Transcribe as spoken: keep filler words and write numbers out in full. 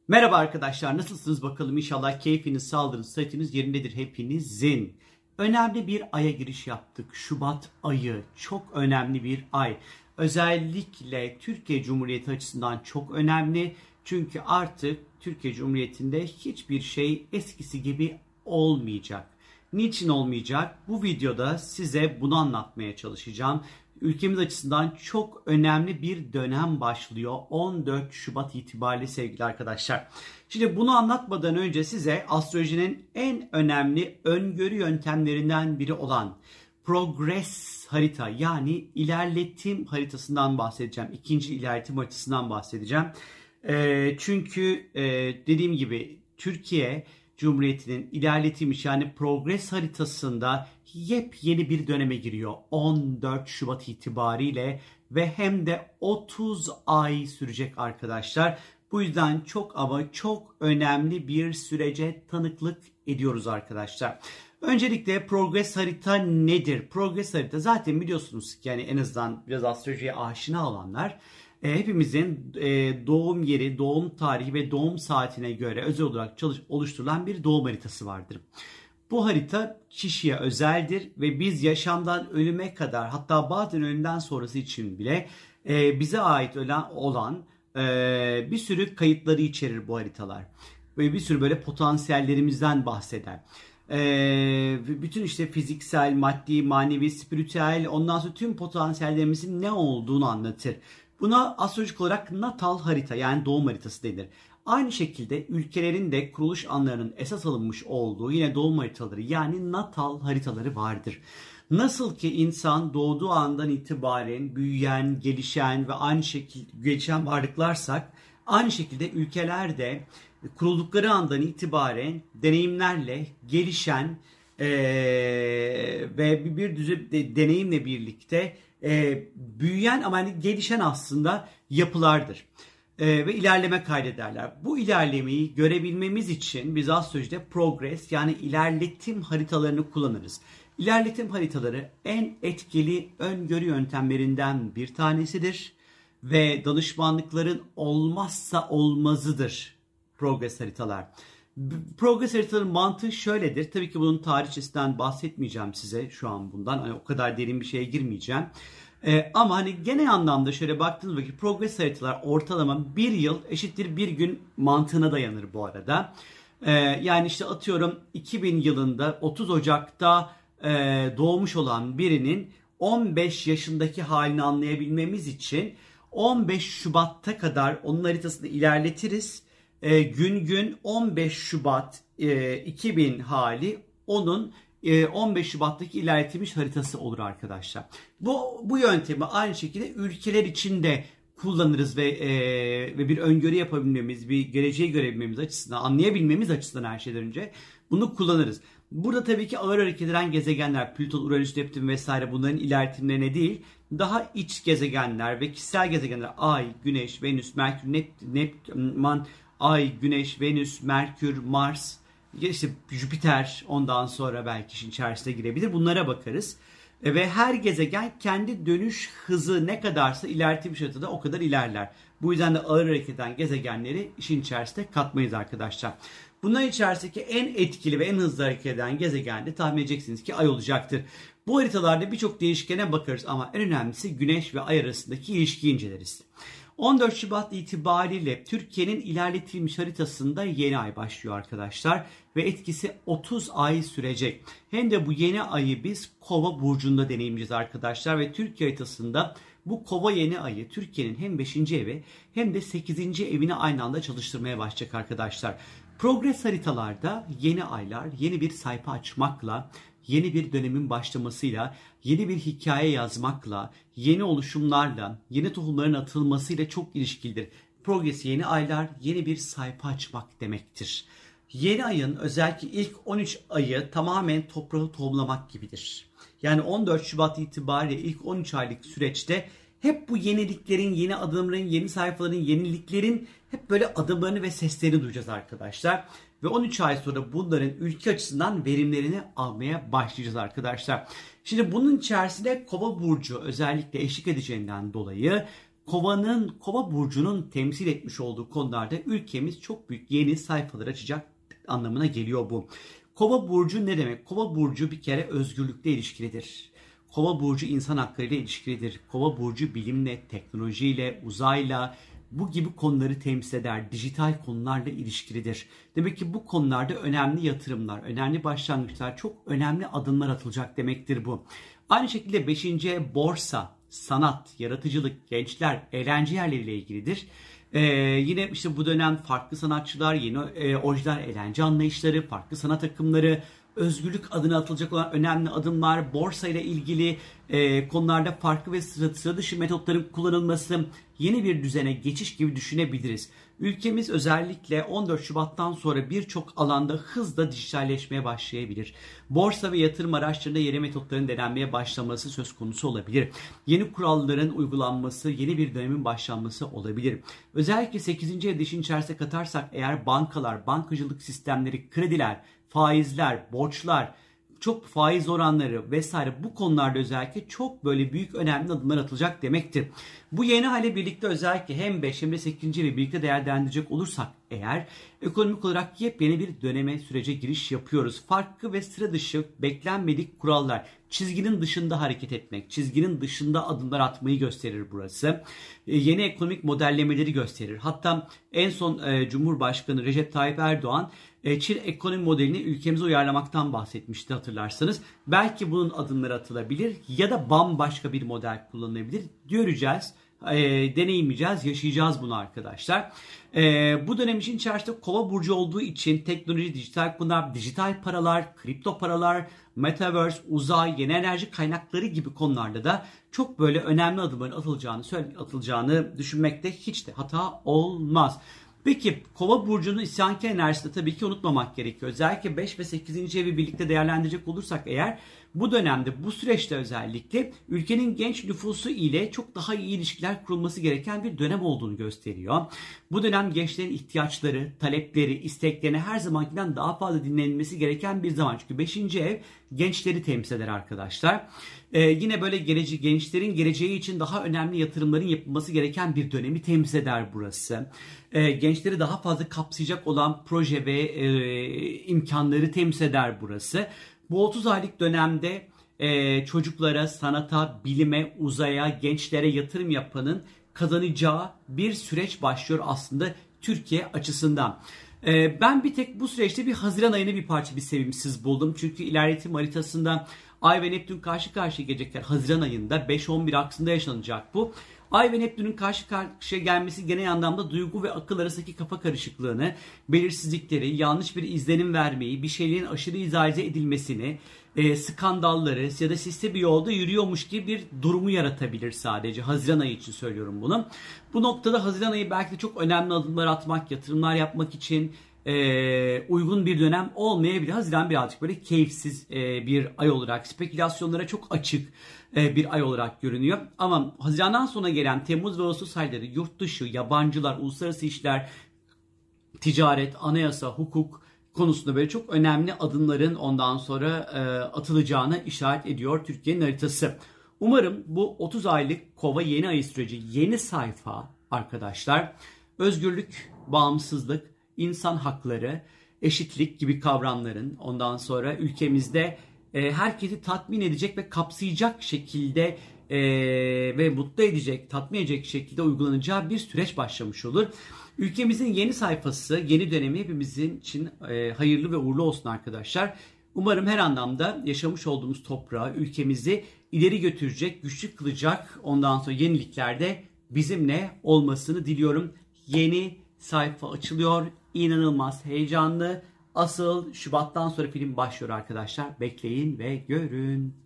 Merhaba arkadaşlar, nasılsınız bakalım? İnşallah keyfiniz, sağlığınız, sıhhatiniz yerindedir hepinizin. Önemli bir aya giriş yaptık. Şubat ayı çok önemli bir ay. Özellikle Türkiye Cumhuriyeti açısından çok önemli. Çünkü artık Türkiye Cumhuriyeti'nde hiçbir şey eskisi gibi olmayacak. Niçin olmayacak? Bu videoda size bunu anlatmaya çalışacağım. Ülkemiz açısından çok önemli bir dönem başlıyor on dört Şubat itibariyle sevgili arkadaşlar. Şimdi bunu anlatmadan önce size astrolojinin en önemli öngörü yöntemlerinden biri olan progress harita, yani ilerletim haritasından bahsedeceğim. İkinci ilerletim haritasından bahsedeceğim. E, çünkü e, dediğim gibi Türkiye Cumhuriyeti'nin ilerletim işi, yani progres haritasında yepyeni bir döneme giriyor on dört Şubat itibariyle ve hem de otuz ay sürecek arkadaşlar. Bu yüzden çok ama çok önemli bir sürece tanıklık ediyoruz arkadaşlar. Öncelikle progres harita nedir? Progres harita zaten biliyorsunuz ki, yani en azından biraz astrolojiye aşina olanlar, hepimizin doğum yeri, doğum tarihi ve doğum saatine göre özel olarak çalış, oluşturulan bir doğum haritası vardır. Bu harita kişiye özeldir ve biz yaşamdan ölüme kadar, hatta bazen ölümden sonrası için bile bize ait olan bir sürü kayıtları içerir bu haritalar. Ve bir sürü böyle potansiyellerimizden bahseder. Ee, bütün işte fiziksel, maddi, manevi, spiritüel, ondan sonra tüm potansiyellerimizin ne olduğunu anlatır. Buna astrolojik olarak natal harita, yani doğum haritası denir. Aynı şekilde ülkelerin de kuruluş anlarının esas alınmış olduğu yine doğum haritaları, yani natal haritaları vardır. Nasıl ki insan doğduğu andan itibaren büyüyen, gelişen ve aynı şekilde geçen varlıklarsak, aynı şekilde ülkeler de kuruldukları andan itibaren deneyimlerle gelişen ee, ve bir düzey de, deneyimle birlikte e, büyüyen ama yani gelişen aslında yapılardır. E, ve ilerleme kaydederler. Bu ilerlemeyi görebilmemiz için biz astrolojide progress, yani ilerletim haritalarını kullanırız. İlerletim haritaları en etkili öngörü yöntemlerinden bir tanesidir ve danışmanlıkların olmazsa olmazıdır progress haritalar. Progress haritaların mantığı şöyledir. Tabii ki bunun tarihçesinden bahsetmeyeceğim size şu an bundan. Hani o kadar derin bir şeye girmeyeceğim. Ee, ama hani genel anlamda şöyle baktığınız vakit progress haritalar ortalama bir yıl eşittir bir gün mantığına dayanır bu arada. Ee, yani işte atıyorum iki bin yılında otuz Ocak'ta e, doğmuş olan birinin on beş yaşındaki halini anlayabilmemiz için on beş Şubat'ta kadar onun haritasını ilerletiriz. E, gün gün on beş Şubat e, iki bin hali onun e, on beş Şubat'taki ilerletilmiş haritası olur arkadaşlar. Bu bu yöntemi aynı şekilde ülkeler için de kullanırız ve e, ve bir öngörü yapabilmemiz, bir geleceği görebilmemiz açısından, anlayabilmemiz açısından her şeyden önce bunu kullanırız. Burada tabii ki ağır hareket eden gezegenler, Plüton, Uranüs, Neptün vesaire, bunların ilerletimlerine değil, daha iç gezegenler ve kişisel gezegenler, Ay, Güneş, Venüs, Merkür, Neptün, Neptün, Ay, Güneş, Venüs, Merkür, Mars, işte Jüpiter, ondan sonra belki işin içerisine girebilir. Bunlara bakarız. Ve her gezegen kendi dönüş hızı ne kadarsa ilerletilmiş haritada o kadar ilerler. Bu yüzden de ağır hareket eden gezegenleri işin içerisine katmayız arkadaşlar. Bunların içerisindeki en etkili ve en hızlı hareket eden gezegen de tahmin edeceksiniz ki Ay olacaktır. Bu haritalarda birçok değişkene bakarız ama en önemlisi Güneş ve Ay arasındaki ilişkiyi inceleriz. on dört Şubat itibariyle Türkiye'nin ilerletilmiş haritasında yeni ay başlıyor arkadaşlar ve etkisi otuz ay sürecek. Hem de bu yeni ayı biz Kova burcunda deneyimleyeceğiz arkadaşlar ve Türkiye haritasında bu Kova yeni ayı Türkiye'nin hem beşinci evi hem de sekizinci evini aynı anda çalıştırmaya başlayacak arkadaşlar. Progress haritalarda yeni aylar yeni bir sayfa açmakla, yeni bir dönemin başlamasıyla, yeni bir hikaye yazmakla, yeni oluşumlarla, yeni tohumların atılmasıyla çok ilişkilidir. Progress yeni aylar, yeni bir sayfa açmak demektir. Yeni ayın özellikle ilk on üç ayı tamamen toprağı tohumlamak gibidir. Yani on dört Şubat itibariyle ilk on üç aylık süreçte hep bu yeniliklerin, yeni adımların, yeni sayfaların, yeniliklerin hep böyle adımlarını ve seslerini duyacağız arkadaşlar. Ve on üç ay sonra bunların ülke açısından verimlerini almaya başlayacağız arkadaşlar. Şimdi bunun içerisinde Kova burcu özellikle eşlik edeceğinden dolayı Kovanın, Kova burcunun temsil etmiş olduğu konularda ülkemiz çok büyük yeni sayfalar açacak anlamına geliyor bu. Kova burcu ne demek? Kova burcu bir kere özgürlükle ilişkilidir. Kova burcu insan hakları ile ilişkilidir. Kova burcu bilimle, teknolojiyle, uzayla, bu gibi konuları temsil eder. Dijital konularla ilişkilidir. Demek ki bu konularda önemli yatırımlar, önemli başlangıçlar, çok önemli adımlar atılacak demektir bu. Aynı şekilde beşinci ev borsa, sanat, yaratıcılık, gençler, eğlence yerleriyle ilgilidir. Ee, yine işte bu dönem farklı sanatçılar, yeni e, orijinal eğlence anlayışları, farklı sanat akımları, özgürlük adına atılacak olan önemli adımlar, borsa ile ilgili e, konularda farklı ve sıra, sıra dışı metotların kullanılması, yeni bir düzene geçiş gibi düşünebiliriz. Ülkemiz özellikle on dört Şubat'tan sonra birçok alanda hızla dijitalleşmeye başlayabilir. Borsa ve yatırım araçlarında yeni metotların denenmeye başlaması söz konusu olabilir. Yeni kuralların uygulanması, yeni bir dönemin başlanması olabilir. Özellikle sekizinci evde işin içerisine katarsak eğer bankalar, bankacılık sistemleri, krediler, faizler, borçlar, çok faiz oranları vesaire bu konularda özellikle çok böyle büyük önemli adımlar atılacak demektir. Bu yeni hale birlikte özellikle hem beş hem de sekizinci evi birlikte değerlendirecek olursak eğer ekonomik olarak yepyeni bir döneme sürece giriş yapıyoruz. Farklı ve sıra dışı beklenmedik kurallar, çizginin dışında hareket etmek, çizginin dışında adımlar atmayı gösterir burası. E, yeni ekonomik modellemeleri gösterir. Hatta en son e, Cumhurbaşkanı Recep Tayyip Erdoğan e, Çin ekonomi modelini ülkemize uyarlamaktan bahsetmişti hatırlarsanız. Belki bunun adımları atılabilir ya da bambaşka bir model kullanılabilir. Göreceğiz. E, deneyimleyeceğiz, yaşayacağız bunu arkadaşlar. E, bu dönem için içerisinde Kova burcu olduğu için teknoloji, dijital konular, dijital paralar, kripto paralar, metaverse, uzay, yeni enerji kaynakları gibi konularda da çok böyle önemli adımların atılacağını, atılacağını düşünmekte hiç de hata olmaz. Peki Kova burcunun isyankar enerjisini tabii ki unutmamak gerekiyor. Özellikle beş ve sekizinci evi birlikte değerlendirecek olursak eğer bu dönemde, bu süreçte özellikle ülkenin genç nüfusu ile çok daha iyi ilişkiler kurulması gereken bir dönem olduğunu gösteriyor. Bu dönem gençlerin ihtiyaçları, talepleri, isteklerini her zamankinden daha fazla dinlenilmesi gereken bir zaman. Çünkü beşinci ev gençleri temsil eder arkadaşlar. Ee, yine böyle gelece- gençlerin geleceği için daha önemli yatırımların yapılması gereken bir dönemi temsil eder burası. Ee, gençleri daha fazla kapsayacak olan proje ve e, imkanları temsil eder burası. Bu otuz aylık dönemde e, çocuklara, sanata, bilime, uzaya, gençlere yatırım yapanın kazanacağı bir süreç başlıyor aslında Türkiye açısından. E, ben bir tek bu süreçte bir Haziran ayını bir parça bir sevimsiz buldum. Çünkü ilerletim haritasında Ay ve Neptün karşı karşıya gelecekler Haziran ayında beş on bir aksında yaşanacak bu. Ay ve Neptün'ün karşı karşıya gelmesi genel anlamda duygu ve akıl arasındaki kafa karışıklığını, belirsizlikleri, yanlış bir izlenim vermeyi, bir şeylerin aşırı izah edilmesini, e, skandalları ya da sisli bir yolda yürüyormuş gibi bir durumu yaratabilir sadece. Haziran ayı için söylüyorum bunu. Bu noktada Haziran ayı belki de çok önemli adımlar atmak, yatırımlar yapmak için e, uygun bir dönem olmayabilir. Haziran birazcık böyle keyifsiz e, bir ay olarak, spekülasyonlara çok açık e, bir ay olarak görünüyor. Ama Haziran'dan sonra gelen Temmuz ve Ağustos ayları yurt dışı, yabancılar, uluslararası işler, ticaret, anayasa, hukuk konusunda böyle çok önemli adımların ondan sonra e, atılacağını işaret ediyor Türkiye'nin haritası. Umarım bu otuz aylık Kova yeni ay süreci, yeni sayfa arkadaşlar, özgürlük, bağımsızlık, insan hakları, eşitlik gibi kavramların ondan sonra ülkemizde e, herkesi tatmin edecek ve kapsayacak şekilde e, ve mutlu edecek, tatmin edecek şekilde uygulanacağı bir süreç başlamış olur. Ülkemizin yeni sayfası, yeni dönemi hepimizin için e, hayırlı ve uğurlu olsun arkadaşlar. Umarım her anlamda yaşamış olduğumuz toprağı, ülkemizi ileri götürecek, güçlü kılacak ondan sonra yeniliklerde bizimle olmasını diliyorum. Yeni sayfa açılıyor. İnanılmaz heyecanlı. Asıl Şubat'tan sonra film başlıyor arkadaşlar. Bekleyin ve görün.